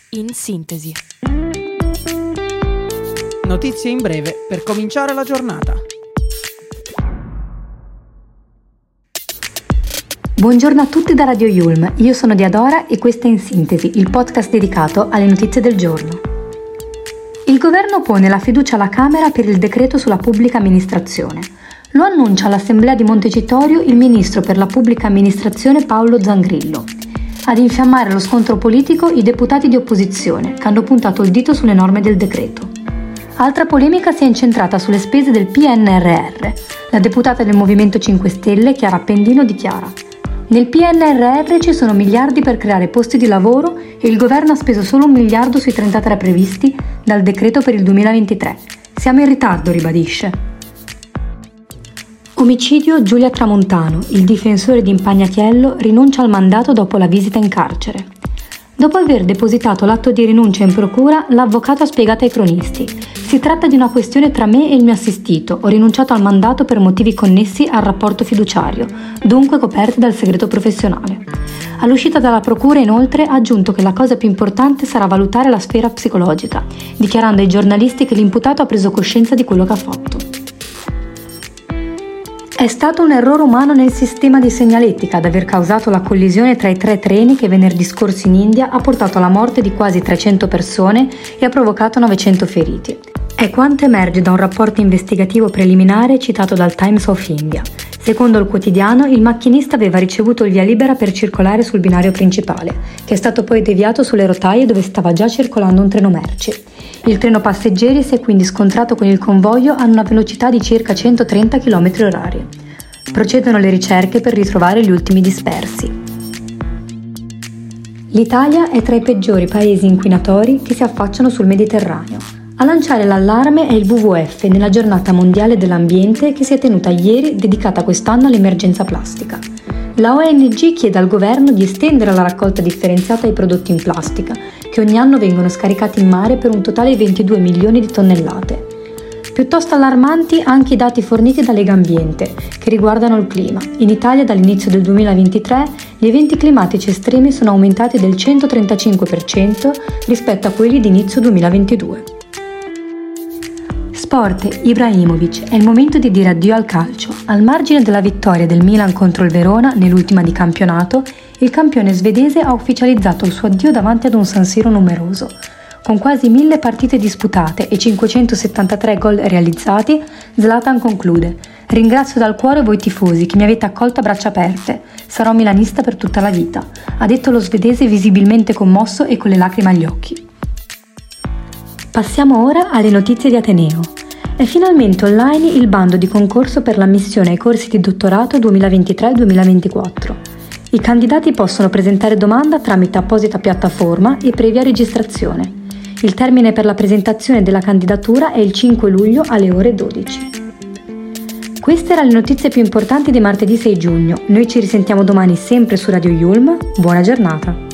In sintesi. Notizie in breve per cominciare la giornata. Buongiorno a tutti da Radio Yulm, io sono Diadora e questa è In Sintesi, il podcast dedicato alle notizie del giorno. Il governo pone la fiducia alla Camera per il decreto sulla pubblica amministrazione. Lo annuncia all'Assemblea di Montecitorio il ministro per la pubblica amministrazione Paolo Zangrillo. Ad infiammare lo scontro politico i deputati di opposizione, che hanno puntato il dito sulle norme del decreto. Altra polemica si è incentrata sulle spese del PNRR. La deputata del Movimento 5 Stelle, Chiara Appendino, dichiara: nel PNRR ci sono miliardi per creare posti di lavoro e il governo ha speso solo 1 miliardo sui 33 previsti dal decreto per il 2023. Siamo in ritardo, ribadisce. Omicidio Giulia Tramontano, il difensore di Impagnatiello rinuncia al mandato dopo la visita in carcere. Dopo aver depositato l'atto di rinuncia in procura, l'avvocato ha spiegato ai cronisti: si tratta di una questione tra me e il mio assistito, ho rinunciato al mandato per motivi connessi al rapporto fiduciario, dunque coperti dal segreto professionale. All'uscita dalla procura, inoltre, ha aggiunto che la cosa più importante sarà valutare la sfera psicologica, dichiarando ai giornalisti che l'imputato ha preso coscienza di quello che ha fatto. È stato un errore umano nel sistema di segnaletica ad aver causato la collisione tra i 3 treni che venerdì scorso in India ha portato alla morte di quasi 300 persone e ha provocato 900 feriti. È quanto emerge da un rapporto investigativo preliminare citato dal Times of India. Secondo il quotidiano, il macchinista aveva ricevuto il via libera per circolare sul binario principale, che è stato poi deviato sulle rotaie dove stava già circolando un treno merci. Il treno passeggeri si è quindi scontrato con il convoglio a una velocità di circa 130 km/h. Procedono le ricerche per ritrovare gli ultimi dispersi. L'Italia è tra i peggiori paesi inquinatori che si affacciano sul Mediterraneo. A lanciare l'allarme è il WWF nella giornata mondiale dell'ambiente che si è tenuta ieri, dedicata quest'anno all'emergenza plastica. La ONG chiede al governo di estendere la raccolta differenziata ai prodotti in plastica, che ogni anno vengono scaricati in mare per un totale di 22 milioni di tonnellate. Piuttosto allarmanti anche i dati forniti da Legambiente, che riguardano il clima. In Italia dall'inizio del 2023 gli eventi climatici estremi sono aumentati del 135% rispetto a quelli di inizio 2022. Sport, Ibrahimovic, è il momento di dire addio al calcio. Al margine della vittoria del Milan contro il Verona nell'ultima di campionato, il campione svedese ha ufficializzato il suo addio davanti ad un San Siro numeroso. Con quasi 1000 partite disputate e 573 gol realizzati, Zlatan conclude: ringrazio dal cuore voi tifosi che mi avete accolto a braccia aperte. Sarò milanista per tutta la vita, ha detto lo svedese visibilmente commosso e con le lacrime agli occhi. Passiamo ora alle notizie di Ateneo. È finalmente online il bando di concorso per l'ammissione ai corsi di dottorato 2023-2024. I candidati possono presentare domanda tramite apposita piattaforma e previa registrazione. Il termine per la presentazione della candidatura è il 5 luglio alle ore 12. Queste erano le notizie più importanti di martedì 6 giugno. Noi ci risentiamo domani sempre su Radio Yulm. Buona giornata!